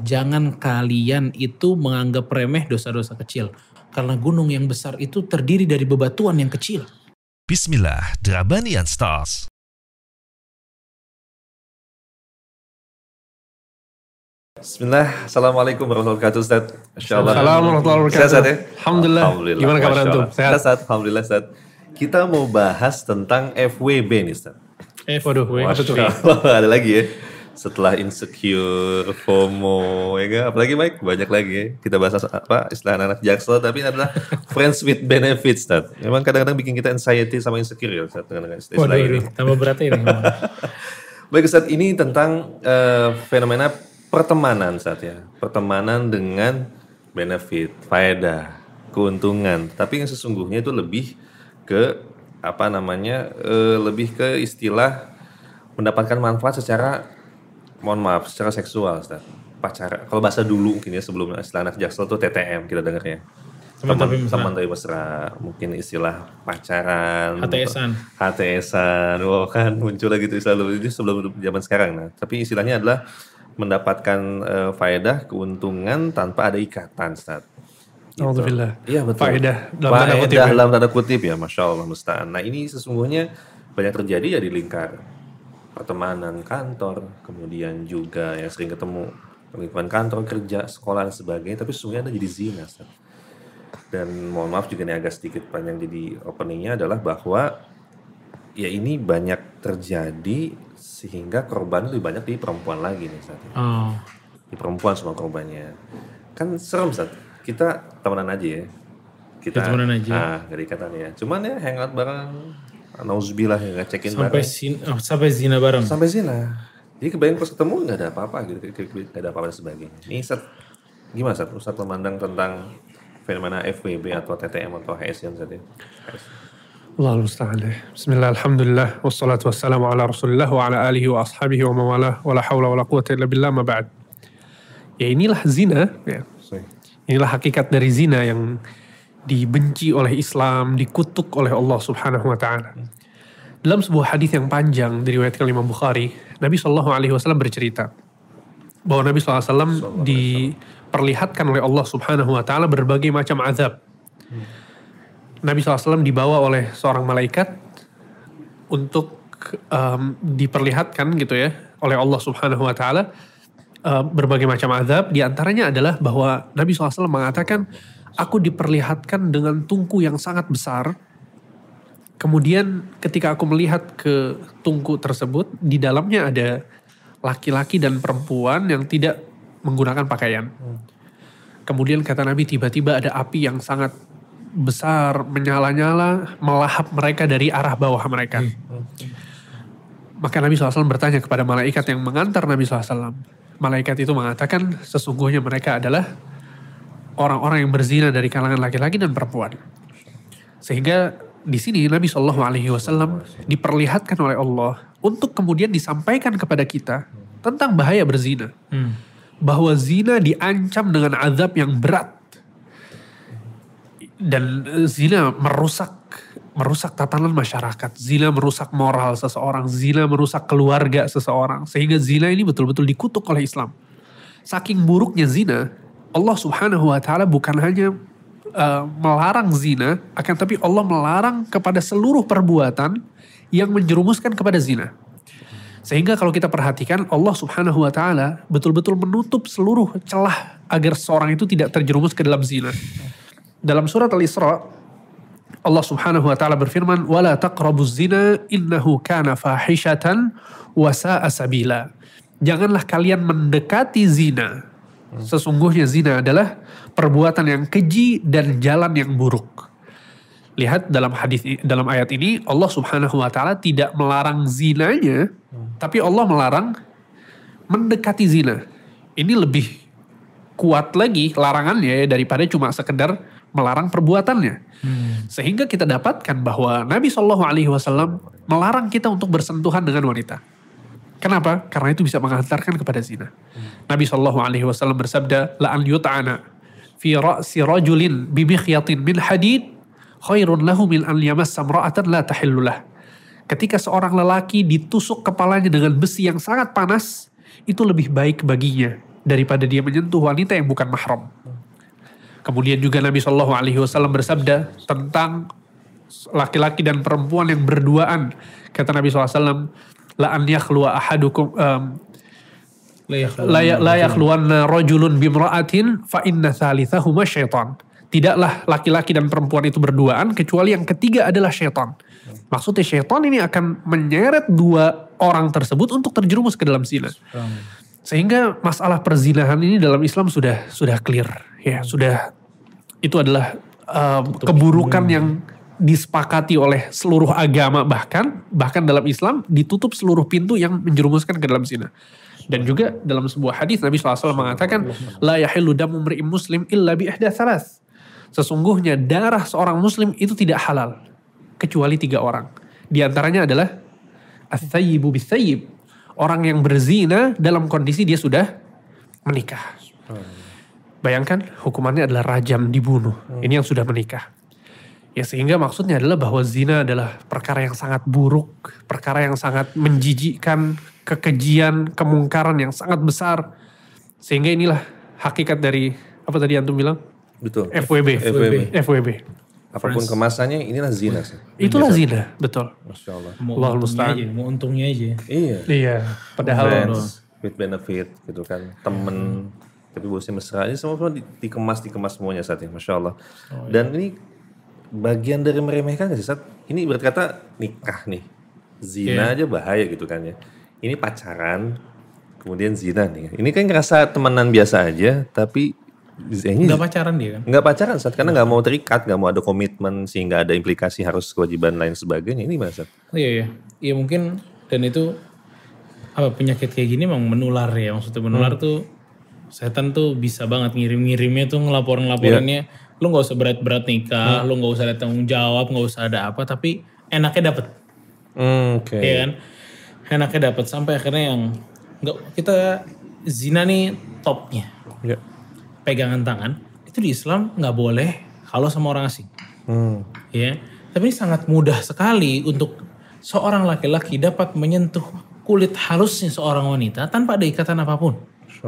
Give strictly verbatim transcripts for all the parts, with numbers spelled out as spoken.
jangan kalian itu menganggap remeh dosa-dosa kecil. Karena gunung yang besar itu terdiri dari bebatuan yang kecil. Bismillah, Drabanian Stars. Bismillah, Assalamualaikum warahmatullahi wabarakatuh, Ustaz. Assalamualaikum warahmatullahi wabarakatuh. Sehat, Ustaz, ya? Alhamdulillah. Alhamdulillah. Gimana kabar Masya antum? Allah. Sehat? Ustaz, Alhamdulillah, Ustaz. Kita mau bahas tentang F W B nih, Ustaz. Eh, Waduh, apa tuh? Masya Allah, ada lagi ya. Setelah insecure, FOMO, ya kan? Apalagi Mike, banyak lagi ya. Kita bahas apa istilah anak Jaksel, tapi ini adalah friends with benefits, Ustaz. Memang kadang-kadang bikin kita anxiety sama insecure ya, Ustaz. Kadang-kadang istilah Waduh, ini. ini tambah berat ini. Baik, Ustaz, ini tentang uh, fenomena pertemanan, Ustaz, ya. Pertemanan dengan benefit, faedah, keuntungan. Tapi yang sesungguhnya itu lebih ke apa namanya? Uh, lebih ke istilah mendapatkan manfaat secara, mohon maaf, secara seksual, Ustaz. Pacaran. Kalau bahasa dulu mungkin ya, sebelum istilah anak Jaksel tuh T T M kita dengarnya. Teman tapi mesra. Teman tapi mesra. Mungkin istilah pacaran. H T S-an. H T S-an. Wow, kan muncul lagi tuh istilah itu sebelum zaman sekarang. Nah, tapi istilahnya adalah mendapatkan uh, faedah, keuntungan tanpa ada ikatan, Ustaz. Gitu. Alhamdulillah. Iya, betul. Faedah dalam tanda kutip. Faedah Ya. dalam tanda kutip ya, Masya Allah musta'an. Nah, ini sesungguhnya banyak terjadi ya di lingkar pertemanan, kantor, kemudian juga yang sering ketemu lingkungan kantor, kerja, sekolah dan sebagainya, tapi sesungguhnya ada jadi zina, Ustaz. Dan mohon maaf juga nih agak sedikit panjang jadi openingnya adalah bahwa ya ini banyak terjadi sehingga korban lebih banyak di perempuan lagi nih, Ustaz. Oh. Di perempuan semua korbannya. Kan serem, Ustaz. Kita temenan aja ya. Kita Ya, temenan aja. Ah, gak ada ikatan ya. Cuman ya hangout bareng. Nauzubillah ya, ngecekin Sampai bareng. sin, oh, sampai zina bareng. Sampai zina. Jadi kebayang pas ketemu gak ada apa-apa gitu. Gak ada apa-apa dan sebagainya. Ini Ustaz, gimana Ustaz? Ustaz memandang tentang fenomena F W B atau T T M atau H S yang Ustaz ya? Allahul musta'an. Bismillah, alhamdulillah, wassalatu wassalamu ala rasulillah wa ala alihi wa ashabihi wa mawalah, wa la hawla wa la quwata illa billah ma ba'd. Ya inilah zina, ya. Inilah hakikat dari zina yang dibenci oleh Islam, dikutuk oleh Allah Subhanahu wa taala. Dalam sebuah hadis yang panjang diriwayatkan oleh Imam Bukhari, Nabi shallallahu alaihi wasallam bercerita bahwa Nabi shallallahu alaihi wasallam diperlihatkan oleh Allah Subhanahu wa taala berbagai macam azab. Nabi shallallahu alaihi wasallam dibawa oleh seorang malaikat untuk um, diperlihatkan gitu ya oleh Allah Subhanahu wa taala uh, berbagai macam azab. Di antaranya adalah bahwa Nabi shallallahu alaihi wasallam mengatakan, aku diperlihatkan dengan tungku yang sangat besar. Kemudian ketika aku melihat ke tungku tersebut, di dalamnya ada laki-laki dan perempuan yang tidak menggunakan pakaian. Kemudian kata Nabi, tiba-tiba ada api yang sangat besar, menyala-nyala, melahap mereka dari arah bawah mereka. Maka Nabi shallallahu alaihi wasallam bertanya kepada malaikat yang mengantar Nabi shallallahu alaihi wasallam. Malaikat itu mengatakan, sesungguhnya mereka adalah orang-orang yang berzina dari kalangan laki-laki dan perempuan. Sehingga di sini Nabi shallallahu alaihi wasallam diperlihatkan oleh Allah untuk kemudian disampaikan kepada kita tentang bahaya berzina. Hmm. Bahwa zina diancam dengan azab yang berat. Dan zina merusak merusak tatanan masyarakat. Zina merusak moral seseorang. Zina merusak keluarga seseorang. Sehingga zina ini betul-betul dikutuk oleh Islam. Saking buruknya zina, Allah Subhanahu wa taala bukan hanya uh, melarang zina, akan tapi Allah melarang kepada seluruh perbuatan yang menjerumuskan kepada zina. Sehingga kalau kita perhatikan, Allah Subhanahu wa taala betul-betul menutup seluruh celah agar seorang itu tidak terjerumus ke dalam zina. Dalam surat Al-Isra, Allah Subhanahu wa taala berfirman, "Wala taqrabuz zina innahu kana fahishatan wa sa'a sabila." Janganlah kalian mendekati zina. Sesungguhnya zina adalah perbuatan yang keji dan jalan yang buruk. Lihat dalam hadis dalam ayat ini Allah Subhanahu wa taala tidak melarang zinanya, hmm. tapi Allah melarang mendekati zina. Ini lebih kuat lagi larangannya ya, daripada cuma sekedar melarang perbuatannya. Hmm. Sehingga kita dapatkan bahwa Nabi shallallahu alaihi wasallam melarang kita untuk bersentuhan dengan wanita. Kenapa? Karena itu bisa mengantarkan kepada zina. Hmm. Nabi shallallahu alaihi wasallam bersabda, "La an yut'ana fi ra'si rajulin bi mikhyatin min hadid khairun lahu min an yamassa imra'atan la tahillu lah." Ketika seorang lelaki ditusuk kepalanya dengan besi yang sangat panas, itu lebih baik baginya daripada dia menyentuh wanita yang bukan mahram. Kemudian juga Nabi Shallallahu Alaihi Wasallam bersabda tentang laki-laki dan perempuan yang berduaan. Kata Nabi Shallallahu Alaihi Wasallam, la an yakhluwa ahadukum um, la yakhluwanna rajulun bimra'atin fa inna thalithahuma syaitan. Tidaklah laki-laki dan perempuan itu berduaan kecuali yang ketiga adalah syaitan. Maksudnya syaitan ini akan menyeret dua orang tersebut untuk terjerumus ke dalam zina. Sehingga masalah perzinahan ini dalam Islam sudah sudah clear, ya sudah itu adalah uh, keburukan yang disepakati oleh seluruh agama, bahkan bahkan dalam Islam ditutup seluruh pintu yang menjerumuskan ke dalam zina. Dan juga dalam sebuah hadis Nabi shallallahu alaihi wasallam mengatakan la yahillu damu mri'in muslim illa bi ihda thalath. Sesungguhnya darah seorang muslim itu tidak halal kecuali tiga orang. Di antaranya adalah ats-tsayyibu bis-tsayyib, orang yang berzina dalam kondisi dia sudah menikah. Bayangkan hukumannya adalah rajam, dibunuh. Ini yang sudah menikah. Ya sehingga maksudnya adalah bahwa zina adalah perkara yang sangat buruk, perkara yang sangat menjijikkan, kekejian, kemungkaran yang sangat besar. Sehingga inilah hakikat dari apa tadi antum bilang? Betul. F W B. F W B. F W B. Apapun kemasannya inilah zina sih. Itulah zina, betul. Masya Allah. Mau Allahul untungnya musta'an. aja, mau untungnya aja. Iya. Iya. Padahal Friends with benefit gitu kan. Temen. Tapi bosnya mesra. Ini semua di, dikemas, dikemas semuanya saat ini. Masya Allah. Oh, Dan iya. ini bagian dari meremehkan gak sih Sat? Ini berarti kata nikah nih. Zina yeah. aja bahaya gitu kan ya. Ini pacaran. Kemudian zina nih. Ini kan ngerasa temenan biasa aja. Tapi nggak pacaran dia kan? Nggak pacaran Sat, karena nggak mau terikat, nggak mau ada komitmen sehingga ada implikasi harus kewajiban lain sebagainya. Ini mana Sat? Oh, iya iya, iya mungkin dan itu apa penyakit kayak gini memang menular ya, maksudnya menular hmm. tuh setan tuh bisa banget ngirim-ngirimnya tuh ngelapor-ngelaporinnya. Yeah. Lu nggak usah berat-berat nikah, hmm. lu nggak usah ada tanggung jawab, nggak usah ada apa, tapi enaknya dapet, hmm, oke, okay. Iya kan? Enaknya dapet sampai akhirnya yang nggak kita zina nih topnya. Yeah. Pegangan tangan itu di Islam nggak boleh kalau sama orang asing, hmm. ya. Tapi ini sangat mudah sekali untuk seorang laki-laki dapat menyentuh kulit halusnya seorang wanita tanpa ada ikatan apapun,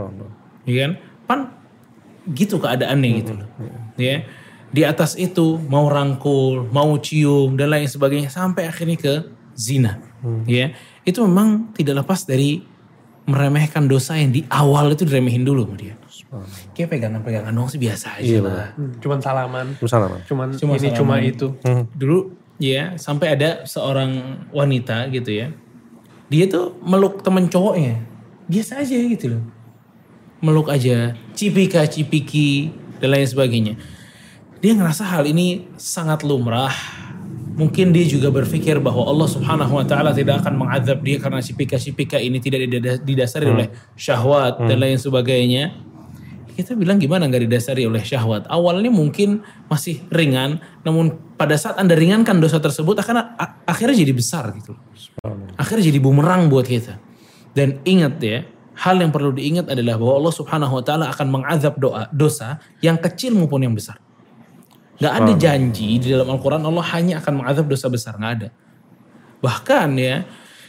ya kan? Pan gitu keadaannya hmm. gitu loh, ya. Di atas itu mau rangkul, mau cium dan lain sebagainya sampai akhirnya ke zina, hmm. ya. Itu memang tidak lepas dari meremehkan dosa yang di awal itu diremehin dulu sama dia. Kayak pegangan-pegangan dong sih biasa aja iya, lah. Hmm, cuman salaman. Salaman. Cuman cuma ini salaman. Cuma itu. Hmm. Dulu ya sampai ada seorang wanita gitu ya. Dia tuh meluk temen cowoknya. Biasa aja gitu loh. Meluk aja. Cipika-cipiki dan lain sebagainya. Dia ngerasa hal ini sangat lumrah. Mungkin dia juga berpikir bahwa Allah subhanahu wa ta'ala tidak akan mengazab dia karena cipika-cipika ini tidak didasari hmm. oleh syahwat hmm. dan lain sebagainya. Kita bilang gimana gak didasari oleh syahwat. Awalnya mungkin masih ringan, namun pada saat Anda ringankan dosa tersebut akan akhirnya jadi besar gitu. Akhirnya jadi bumerang buat kita. Dan ingat ya, hal yang perlu diingat adalah bahwa Allah subhanahu wa ta'ala akan mengazab doa, dosa yang kecil maupun yang besar. Gak ada janji di dalam Al-Quran Allah hanya akan mengazab dosa besar, gak ada. Bahkan ya,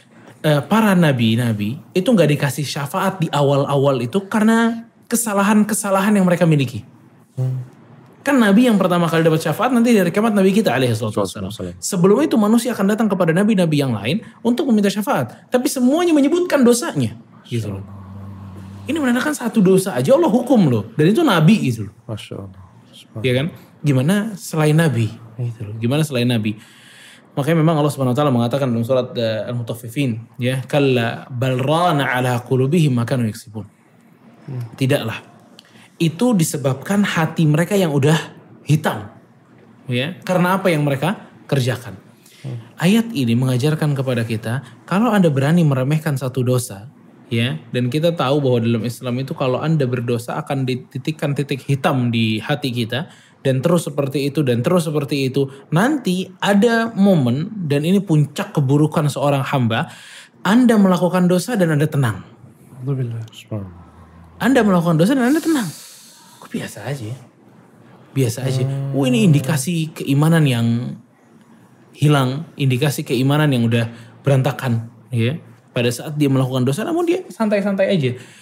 para nabi-nabi itu gak dikasih syafaat di awal-awal itu karena kesalahan-kesalahan yang mereka miliki. Hmm. Kan Nabi yang pertama kali dapat syafaat nanti dari kiamat Nabi kita alaihi wasallam. Sebelum itu manusia akan datang kepada Nabi-Nabi yang lain untuk meminta syafaat. Tapi semuanya menyebutkan dosanya. Gitu loh. Ini menandakan satu dosa aja Allah hukum loh. Dan itu Nabi gitu loh. Masya Allah. Ya kan? Gimana selain Nabi? Gitu loh. Gimana selain Nabi? Makanya memang Allah subhanahu wa ta'ala mengatakan dalam surat uh, Al-Mutaffifin. Ya, kalla bal rana ala qulubihim ma kanu yaksibun. Tidaklah. Itu disebabkan hati mereka yang udah hitam. Ya, karena apa yang mereka kerjakan. Ayat ini mengajarkan kepada kita, kalau Anda berani meremehkan satu dosa, ya, dan kita tahu bahwa dalam Islam itu kalau Anda berdosa akan dititikkan titik hitam di hati kita, dan terus seperti itu, dan terus seperti itu. Nanti ada momen, dan ini puncak keburukan seorang hamba, Anda melakukan dosa dan Anda tenang. Alhamdulillah. Anda melakukan dosa dan Anda tenang. Kok biasa aja ya? Biasa aja. Hmm. Oh ini indikasi keimanan yang hilang. Indikasi keimanan yang udah berantakan. Ya. Pada saat dia melakukan dosa namun dia santai-santai aja.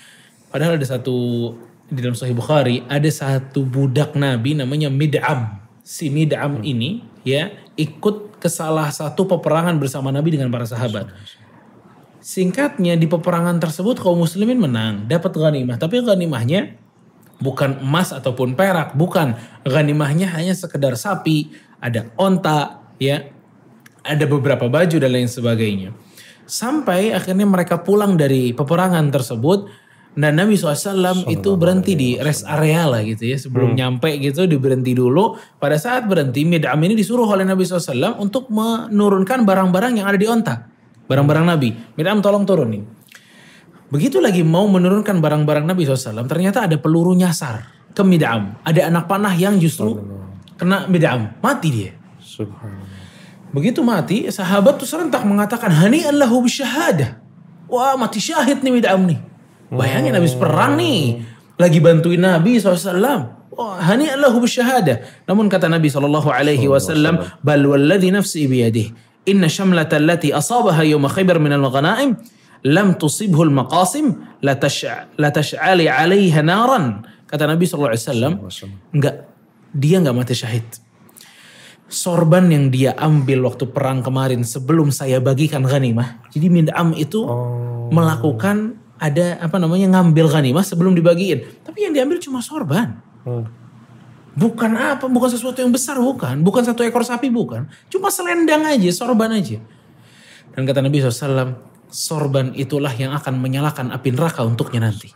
Padahal ada satu, di dalam Sahih Bukhari, ada satu budak Nabi namanya Mid'am. Si Mid'am ini ya ikut ke salah satu peperangan bersama Nabi dengan para sahabat. Singkatnya di peperangan tersebut kaum muslimin menang, dapat ghanimah. Tapi ghanimahnya bukan emas ataupun perak, bukan. Ghanimahnya hanya sekedar sapi, ada onta, ya, ada beberapa baju dan lain sebagainya. Sampai akhirnya mereka pulang dari peperangan tersebut dan Nabi shallallahu alaihi wasallam itu berhenti di rest area lah gitu ya. Sebelum hmm. nyampe gitu diberhenti dulu. Pada saat berhenti Mid'am ini disuruh oleh Nabi shallallahu alaihi wasallam untuk menurunkan barang-barang yang ada di onta. Barang-barang Nabi. Mid'am tolong turunin. Begitu lagi mau menurunkan barang-barang Nabi shallallahu alaihi wasallam ternyata ada peluru nyasar ke Mid'am. Ada anak panah yang justru kena Mid'am. Mati dia. Subhanallah. Begitu mati, sahabat tuh serentak mengatakan, Hani'an lahu bisyahadah. Wah, mati syahid nih Mid'am nih. Bayangin habis perang nih. Lagi bantuin Nabi shallallahu alaihi wasallam. Wah, hani'an lahu bisyahadah. Namun kata Nabi shallallahu alaihi wasallam, Bal walladhi nafsi biyadih. Inna syamlata allati asabaha yawma khaybar minal ghanaim. Lam tusibhu al-maqasim. La tash'ali alaiha naran. Kata Nabi shallallahu alaihi wasallam, enggak, dia enggak mati syahid. Sorban yang dia ambil waktu perang kemarin sebelum saya bagikan ghanimah. Jadi Mid'am itu oh. melakukan ada apa namanya ngambil ghanimah sebelum dibagiin. Tapi yang diambil cuma sorban. Hmm. Bukan apa, bukan sesuatu yang besar, bukan. Bukan satu ekor sapi, bukan. Cuma selendang aja, sorban aja. Dan kata Nabi shallallahu alaihi wasallam, sorban itulah yang akan menyalakan api neraka untuknya nanti.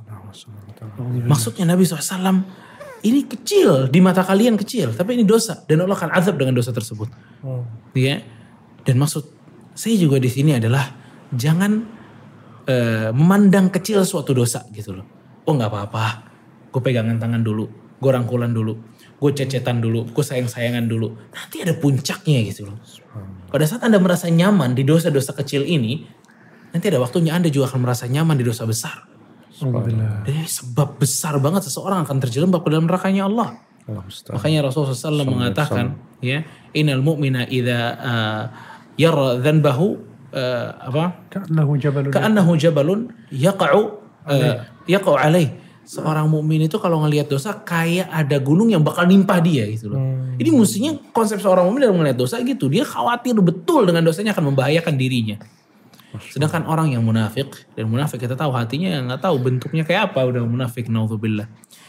Maksudnya Nabi shallallahu alaihi wasallam, ini kecil, di mata kalian kecil, tapi ini dosa dan Allah akan azab dengan dosa tersebut. Hmm. Ya. Dan maksud saya juga di sini adalah jangan uh, memandang kecil suatu dosa gitu loh. Oh nggak apa-apa, gue pegangan tangan dulu, gue rangkulan dulu, gue cecetan dulu, gue sayang-sayangan dulu. Nanti ada puncaknya gitu loh. Pada saat Anda merasa nyaman di dosa-dosa kecil ini, nanti ada waktunya Anda juga akan merasa nyaman di dosa besar. Jadi sebab besar banget seseorang akan terjerembab ke dalam nerakanya Allah. Allah Makanya Rasulullah shallallahu alaihi wasallam mengatakan, ya, innal mu'mina idza uh, yara dhanbahu uh, apa? Ka'annahu jabalun. Ka'annahu jabalun yaqa'u uh, yaqa'u alaih. Seorang mukmin itu kalau ngelihat dosa kayak ada gunung yang bakal nimpah dia gitu loh. Hmm. Ini mestinya konsep seorang mukmin dalam melihat dosa gitu, dia khawatir betul dengan dosanya akan membahayakan dirinya. Sedangkan orang yang munafik, dan munafik kita tahu hatinya nggak tahu bentuknya kayak apa, udah munafik, naudzubillah.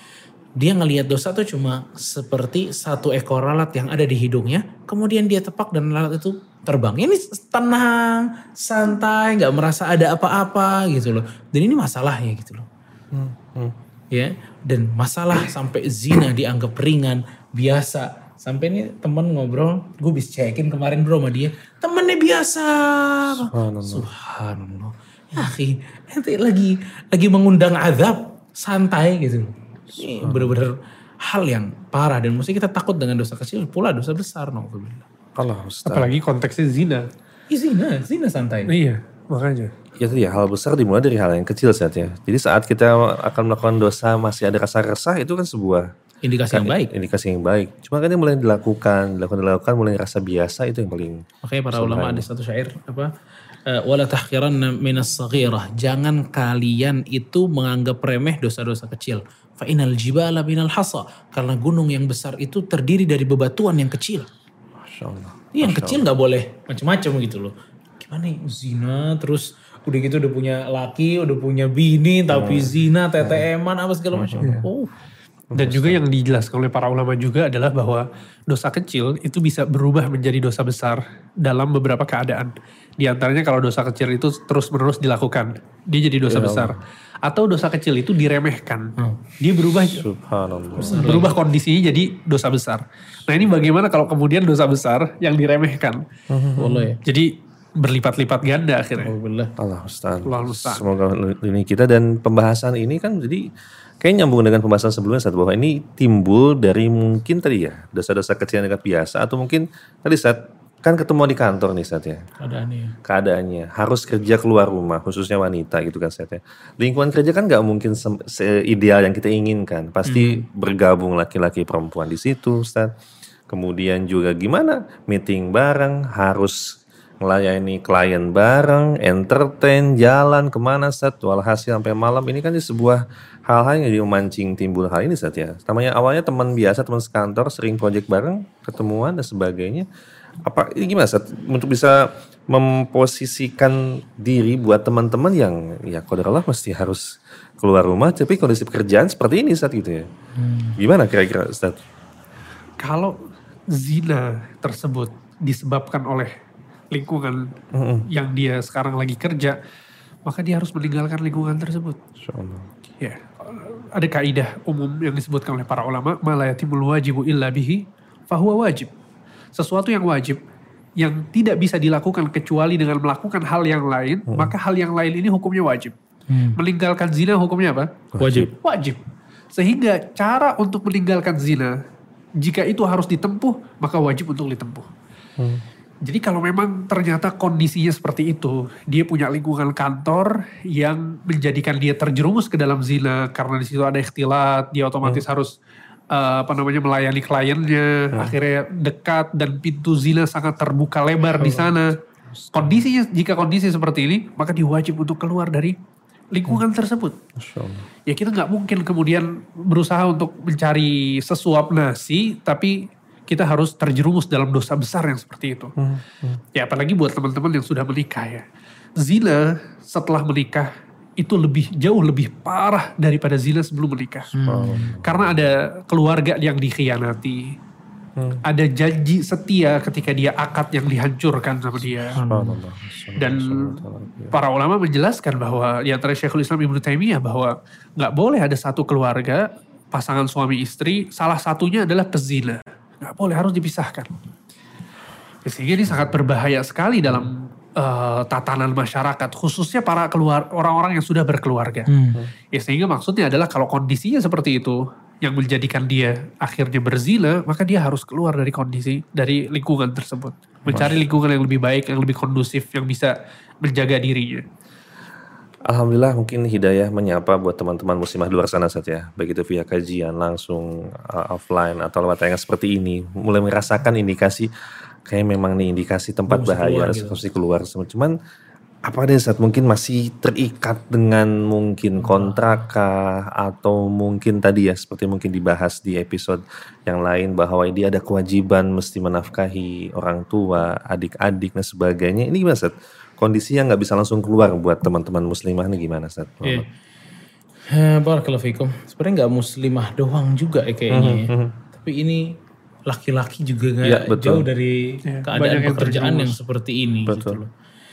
Dia ngelihat dosa tuh cuma seperti satu ekor lalat yang ada di hidungnya, kemudian dia tepak dan lalat itu terbang. Ini tenang, santai, nggak merasa ada apa-apa gitu loh. Dan ini masalahnya gitu loh. Hmm, hmm. Ya, dan masalah sampai zina dianggap ringan, biasa. Sampai ini temen ngobrol, gue bisa cekin kemarin bro sama dia. Temennya biasa. Subhanallah. Subhanallah. Ya akhi, nanti lagi lagi mengundang azab, santai gitu. Ini bener-bener hal yang parah. Dan mesti kita takut dengan dosa kecil pula dosa besar. Allah Ustaz. Apalagi konteksnya zina. Ya, zina, zina santai. Iya, makanya. Ya tadi ya, hal besar dimulai dari hal yang kecil saatnya. Jadi saat kita akan melakukan dosa masih ada rasa resah, itu kan sebuah indikasi kan, yang baik. Indikasi yang baik. Cuma kan yang mulai dilakukan, dilakukan, dilakukan, mulai rasa biasa, itu yang paling. Makanya para ulama ada satu syair apa? Wala tahqiranna minas saghirah. Jangan kalian itu menganggap remeh dosa-dosa kecil. Fa inal jibala minal hasa. Karena gunung yang besar itu terdiri dari bebatuan yang kecil. Masya Allah. Yang Masya kecil nggak boleh macam-macam gitu loh. Gimana nih zina terus udah gitu udah punya laki, udah punya bini, tapi zina, T T M-an apa segala macam. Oh. Dan juga yang dijelaskan oleh para ulama juga adalah bahwa dosa kecil itu bisa berubah menjadi dosa besar dalam beberapa keadaan. Di antaranya kalau dosa kecil itu terus-menerus dilakukan, dia jadi dosa ya besar. Atau dosa kecil itu diremehkan, hmm. dia berubah, berubah kondisinya jadi dosa besar. Nah ini bagaimana kalau kemudian dosa besar yang diremehkan? Hmm. Jadi berlipat-lipat ganda akhirnya. Allah Ustaz. Semoga ini kita dan pembahasan ini kan jadi kayak nyambung dengan pembahasan sebelumnya saat bahwa ini timbul dari mungkin tadi ya dosa-dosa kecil yang biasa atau mungkin tadi saat kan ketemu di kantor nih saat ya keadaannya keadaannya harus kerja keluar rumah khususnya wanita gitu kan saat ya lingkungan kerja kan nggak mungkin se- seideal yang kita inginkan pasti hmm. bergabung laki-laki perempuan di situ Ustaz. Kemudian juga gimana meeting bareng harus Melayani klien bareng, entertain, jalan kemana Ustaz, walhasil sampai malam. Ini kan sebuah hal-hal yang jadi memancing timbul hal ini Ustaz ya. Namanya awalnya teman biasa, teman sekantor, sering project bareng, ketemuan dan sebagainya. Apa ini gimana Ustaz untuk bisa memposisikan diri buat teman-teman yang ya qadarullah mesti harus keluar rumah tapi kondisi pekerjaan seperti ini Ustaz gitu ya. Hmm. Gimana kira-kira Ustaz? Kalau zina tersebut disebabkan oleh lingkungan mm-hmm. yang dia sekarang lagi kerja, maka dia harus meninggalkan lingkungan tersebut. Insyaallah. Ya, ada kaidah umum yang disebutkan oleh para ulama, ma la yatimul wajibu illa bihi fahuwa wajib. Sesuatu yang wajib yang tidak bisa dilakukan kecuali dengan melakukan hal yang lain, mm. maka hal yang lain ini hukumnya wajib. Mm. Meninggalkan zina hukumnya apa? Wajib. Wajib. Sehingga cara untuk meninggalkan zina, jika itu harus ditempuh, maka wajib untuk ditempuh. Mm. Jadi kalau memang ternyata kondisinya seperti itu, dia punya lingkungan kantor yang menjadikan dia terjerumus ke dalam zina karena di situ ada ikhtilat, dia otomatis hmm. harus uh, apa namanya melayani kliennya, hmm. akhirnya dekat dan pintu zina sangat terbuka lebar hmm. di sana. Kondisinya jika kondisi seperti ini, maka dia wajib untuk keluar dari lingkungan hmm. tersebut. Ya kita nggak mungkin kemudian berusaha untuk mencari sesuap nasi, tapi kita harus terjerumus dalam dosa besar yang seperti itu. Hmm, hmm. Ya apalagi buat teman-teman yang sudah menikah ya. Zina setelah menikah itu lebih jauh lebih parah daripada zina sebelum menikah. Hmm. Karena ada keluarga yang dikhianati. Hmm. Ada janji setia ketika dia akad yang dihancurkan sama dia. Hmm. Dan para ulama menjelaskan bahwa di antara Syekhul Islam Ibnu Taimiyah bahwa gak boleh ada satu keluarga, pasangan suami istri, salah satunya adalah pezina. Nggak boleh, harus dipisahkan. Sehingga ini sangat berbahaya sekali dalam uh, tatanan masyarakat, khususnya para keluar orang-orang yang sudah berkeluarga. Hmm. Ya sehingga maksudnya adalah kalau kondisinya seperti itu, yang menjadikan dia akhirnya berzina, maka dia harus keluar dari kondisi, dari lingkungan tersebut. Mencari lingkungan yang lebih baik, yang lebih kondusif, yang bisa menjaga dirinya. Alhamdulillah mungkin hidayah menyapa buat teman-teman muslimah di luar sana Ustaz ya. Baik itu via kajian langsung uh, offline atau lewat tayangan seperti ini. Mulai merasakan indikasi kayak memang nih indikasi tempat Mesti bahaya harus gitu. keluar. Cuman apa deh Ustaz mungkin masih terikat dengan mungkin kontrak kah, atau mungkin tadi ya seperti mungkin dibahas di episode yang lain bahwa dia ada kewajiban mesti menafkahi orang tua, adik-adik dan sebagainya. Ini gimana Ustaz? Kondisinya nggak bisa langsung keluar buat teman-teman muslimah nih gimana Ustaz? Iya. Yeah. Barakallahu fikum. Sebenarnya nggak muslimah doang juga ya kayaknya mm-hmm. ya. Tapi ini laki-laki juga nggak ya, jauh dari ya, keadaan pekerjaan yang, yang seperti ini. Betul. Gitu loh.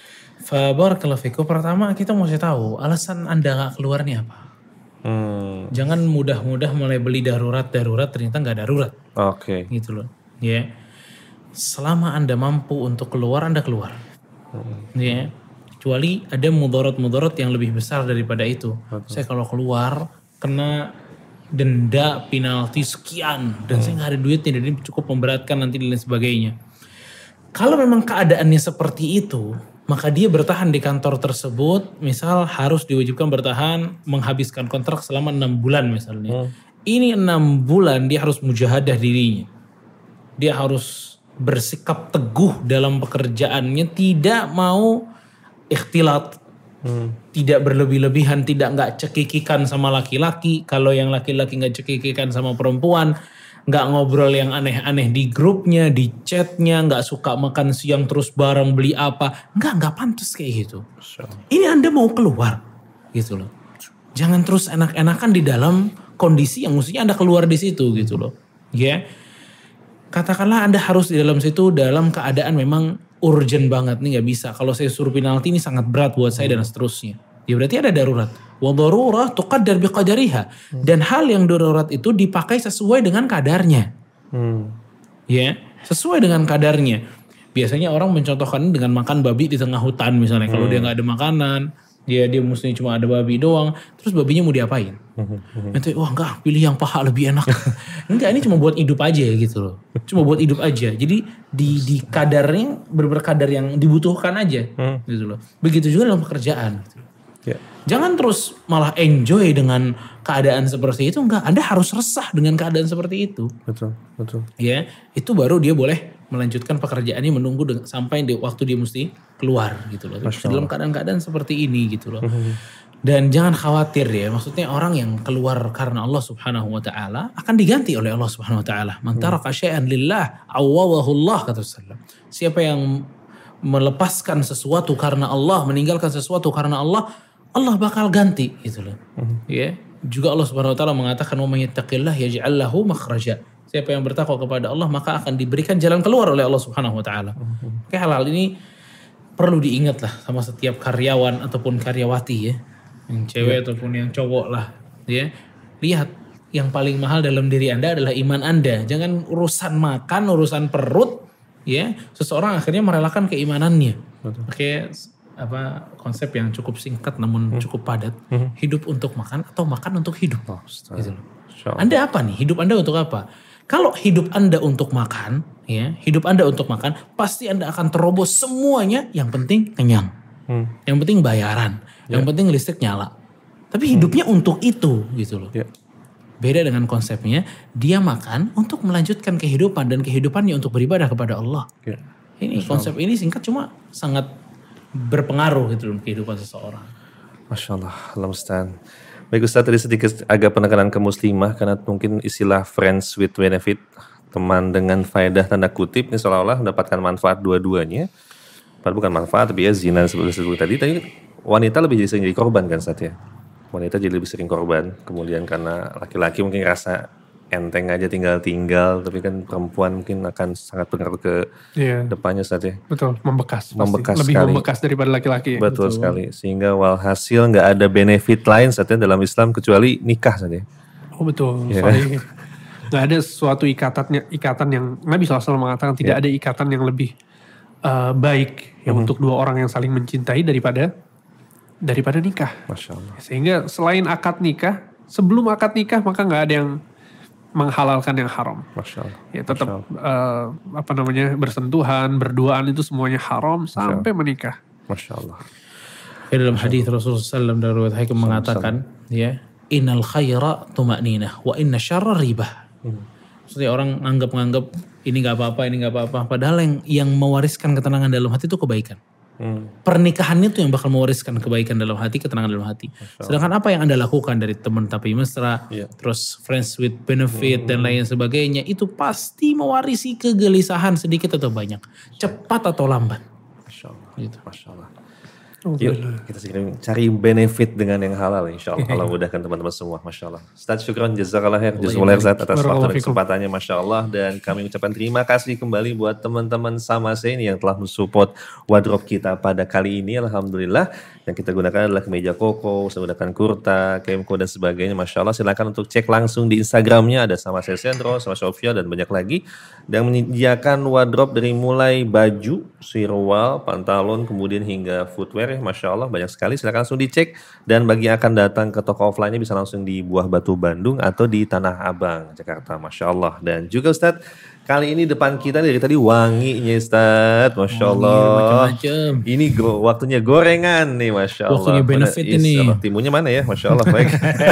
Fa barakallahu fikum. Pertama kita mesti tahu alasan Anda nggak keluar nih apa. Hmm. Jangan mudah-mudah mulai beli darurat-darurat ternyata nggak darurat. Oke. Okay. Gitu loh. Ya. Yeah. Selama Anda mampu untuk keluar, Anda keluar. Hmm. Ya, kecuali ada mudarat-mudarat yang lebih besar daripada itu. Betul. Saya kalau keluar kena denda penalti sekian dan hmm. saya nggak ada duitnya dan ini cukup memberatkan nanti dan lain sebagainya. Kalau memang keadaannya seperti itu, maka dia bertahan di kantor tersebut. Misal harus diwajibkan bertahan menghabiskan kontrak selama enam bulan misalnya. Hmm. Ini enam bulan dia harus mujahadah dirinya. Dia harus bersikap teguh dalam pekerjaannya, tidak mau ikhtilat, hmm. tidak berlebih-lebihan, tidak nggak cekikikan sama laki-laki. Kalau yang laki-laki nggak cekikikan sama perempuan, nggak ngobrol yang aneh-aneh di grupnya, di chatnya, nggak suka makan siang terus bareng beli apa, nggak nggak pantas kayak gitu. So. Ini Anda mau keluar, gitu loh. Jangan terus enak-enakan di dalam kondisi yang mestinya Anda keluar di situ, gitu loh, ya. Yeah. Katakanlah Anda harus di dalam situ dalam keadaan memang urgent banget nih, nggak bisa. Kalau saya suruh penalti ini sangat berat buat saya hmm. dan seterusnya. Ya berarti ada darurat. Wa darurah tuqaddar biqadariha. Hmm. Dan hal yang darurat itu dipakai sesuai dengan kadarnya. Hmm. Ya, sesuai dengan kadarnya. Biasanya orang mencontohkan dengan makan babi di tengah hutan misalnya. Hmm. Kalau dia nggak ada makanan, dia dia mestinya cuma ada babi doang, terus babinya mau diapain? Nanti wah enggak, pilih yang paha lebih enak. Enggak, ini cuma buat hidup aja gitu loh. Cuma buat hidup aja. Jadi di di kadarnya bener-bener kadar yang dibutuhkan aja gitu loh. Begitu juga dalam pekerjaan gitu. Ya. Jangan terus malah enjoy dengan keadaan seperti itu, enggak. Anda harus resah dengan keadaan seperti itu. Betul, betul. Ya, itu baru dia boleh melanjutkan pekerjaannya menunggu dengan, sampai di waktu dia mesti keluar gitu loh. Dalam keadaan-keadaan seperti ini gitu loh. Dan jangan khawatir ya, maksudnya orang yang keluar karena Allah Subhanahu wa taala akan diganti oleh Allah Subhanahu wa taala. Man taraka syai'an lillah awwawahu Allah kata Rasulullah. Siapa yang melepaskan sesuatu karena Allah, meninggalkan sesuatu karena Allah, Allah bakal ganti gitu loh. Ya. Juga Allah Subhanahu wa taala mengatakan wa may yattaqillah yaj'al lahu makhraja. Siapa yang bertakwa kepada Allah maka akan diberikan jalan keluar oleh Allah Subhanahu wa taala. Oke, hal-hal ini perlu diingat lah sama setiap karyawan ataupun karyawati ya. Yang cewek ya. Ataupun yang cowok lah ya. Lihat yang paling mahal dalam diri Anda adalah iman Anda. Jangan urusan makan, urusan perut ya. Seseorang akhirnya merelakan keimanannya. Betul. Oke, apa konsep yang cukup singkat namun hmm. cukup padat. Hmm. Hidup untuk makan atau makan untuk hidup. Oh, gitu loh. Anda apa nih? Hidup Anda untuk apa? Kalau hidup Anda untuk makan, ya, hidup Anda untuk makan, pasti Anda akan terobos semuanya. Yang penting kenyang, hmm. yang penting bayaran, yeah. yang penting listrik nyala. Tapi hidupnya hmm. untuk itu, gitu loh. Yeah. Beda dengan konsepnya, dia makan untuk melanjutkan kehidupan dan kehidupannya untuk beribadah kepada Allah. Yeah. Ini Masya konsep Allah. Ini singkat cuma sangat berpengaruh gitu dalam kehidupan seseorang. Masya Allah, Allah Ustaz. Baik Ustaz, tadi sedikit agak penekanan ke muslimah karena mungkin istilah friends with benefit, teman dengan faedah tanda kutip ini seolah-olah mendapatkan manfaat dua-duanya. Padahal bukan manfaat tapi ya zina seperti disebut tadi. Tapi wanita lebih sering jadi korban kan Ustaz ya. Wanita jadi lebih sering korban. Kemudian karena laki-laki mungkin rasa enteng aja tinggal-tinggal, tapi kan perempuan mungkin akan sangat pengaruh ke yeah. depannya Ustaz ya. Betul, membekas. Membekas lebih sekali. membekas daripada laki-laki. Betul, Betul sekali. Sehingga walhasil nggak ada benefit lain Ustaz ya dalam Islam kecuali nikah Ustaz ya. Oh betul. Yeah. Soalnya nggak ada suatu ikatannya, ikatan yang Nabi shallallahu alaihi wasallam mengatakan tidak yeah. ada ikatan yang lebih uh, baik ya mm-hmm. untuk dua orang yang saling mencintai daripada daripada nikah. Masya Allah. Sehingga selain akad nikah, sebelum akad nikah maka nggak ada yang menghalalkan yang haram. Masya Allah. Ya tetap uh, apa namanya bersentuhan, berduaan itu semuanya haram Masya sampai Allah. Menikah. Masya Allah. Ya, dalam hadis Rasulullah shallallahu alaihi wasallam dari riwayat Hakim mengatakan, ya, innal khaira tuma'ninah wa inna syarra ribah. Hmm. Maksudnya orang nganggap-nganggap ini nggak apa-apa, ini nggak apa-apa. Padahal yang yang mewariskan ketenangan dalam hati itu kebaikan. Hmm. Pernikahannya tuh yang bakal mewariskan kebaikan dalam hati, ketenangan dalam hati. Sedangkan apa yang Anda lakukan dari teman tapi mesra, yeah. terus friends with benefit hmm. dan lain sebagainya, itu pasti mewarisi kegelisahan sedikit atau banyak, cepat atau lambat. Masya Allah. Gitu. Masya Allah. Yuk kita segera cari benefit dengan yang halal insya Allah. Allah mudahkan teman-teman semua. Masya Allah. Ustaz syukran jazakallah khair. Jazakallah khair atas waktu dan kesempatannya. Masya Allah. Dan kami ucapkan terima kasih kembali buat teman-teman sama saya ini yang telah mensupport wardrobe kita pada kali ini. Alhamdulillah. Yang kita gunakan adalah kemeja koko, saya gunakan kurta, kemko dan sebagainya. Masya Allah. Silakan untuk cek langsung di Instagramnya. Ada sama saya Sendro, sama Sofia dan banyak lagi. Dan menyediakan wardrobe dari mulai baju, sirwal, pantalon, kemudian hingga footwear. Masya Allah banyak sekali, silakan langsung dicek. Dan bagi yang akan datang ke toko offline-nya bisa langsung di Buah Batu Bandung atau di Tanah Abang Jakarta. Masya Allah. Dan juga Ustadz, kali ini depan kita dari tadi wanginya Ustadz, Masya Allah. Macam-macam. Ini go, waktunya gorengan nih, Masya Allah. Waktunya benefit Is, ini. Timunya mana ya, Masya Allah. Baik.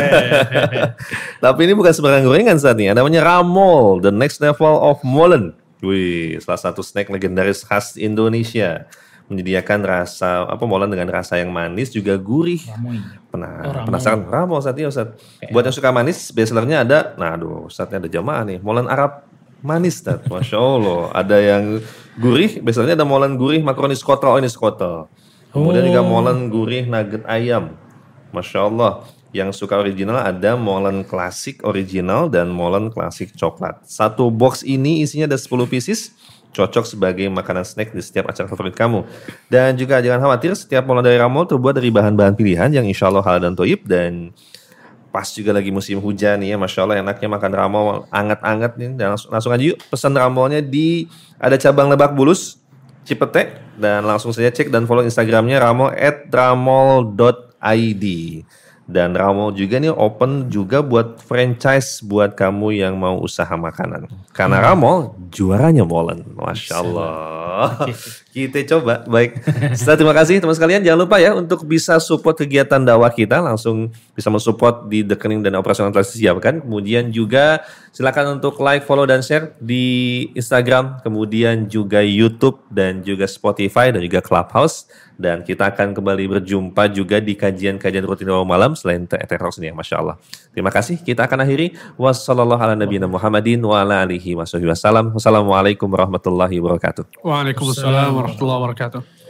Tapi ini bukan sembarang gorengan saat ini, namanya Ramol, the next level of Molen. Wih, salah satu snack legendaris khas Indonesia. Menyediakan rasa apa molen dengan rasa yang manis juga gurih. Pernah oh, penasaran Ramol saat ini Ustaz. Okay. Buat yang suka manis, bestsellernya ada. Nah, aduh, Ustaznya ada jamaah nih. Molen Arab manis, Ustaz. Masya Allah. Ada yang gurih, bestsellernya ada molen gurih makaroni skotel. Oh, ini skotel. Kemudian oh. juga molen gurih nugget ayam. Masya Allah. Yang suka original ada molen klasik original dan molen klasik coklat. Satu box ini isinya ada sepuluh pieces. Cocok sebagai makanan snack di setiap acara favorit kamu. Dan juga jangan khawatir, setiap molen dari Ramol terbuat dari bahan-bahan pilihan yang insya Allah halal dan thayyib. Dan pas juga lagi musim hujan nih ya, Masya Allah enaknya makan Ramol anget-anget nih. Dan langsung, langsung aja yuk pesan Ramolnya di, ada cabang Lebak Bulus, Cipete. Dan langsung saja cek dan follow Instagramnya Ramol at ramol dot id. Dan Ramol juga nih open juga buat franchise buat kamu yang mau usaha makanan. Karena hmm. Ramol juaranya molen. Masya Allah. Kita coba. Baik. Setelah terima kasih teman sekalian. Jangan lupa ya untuk bisa support kegiatan dakwah kita. Langsung bisa mensupport di rekening dan operasional telah disiapkan. Kemudian juga silakan untuk like, follow, dan share di Instagram. Kemudian juga YouTube dan juga Spotify dan juga Clubhouse. Dan kita akan kembali berjumpa juga di kajian-kajian rutin awal malam selain Eteros ini ya, Masya Allah. Terima kasih. Kita akan akhiri. Wassalamualaikum warahmatullahi wabarakatuh. Waalaikumsalam warahmatullahi wabarakatuh.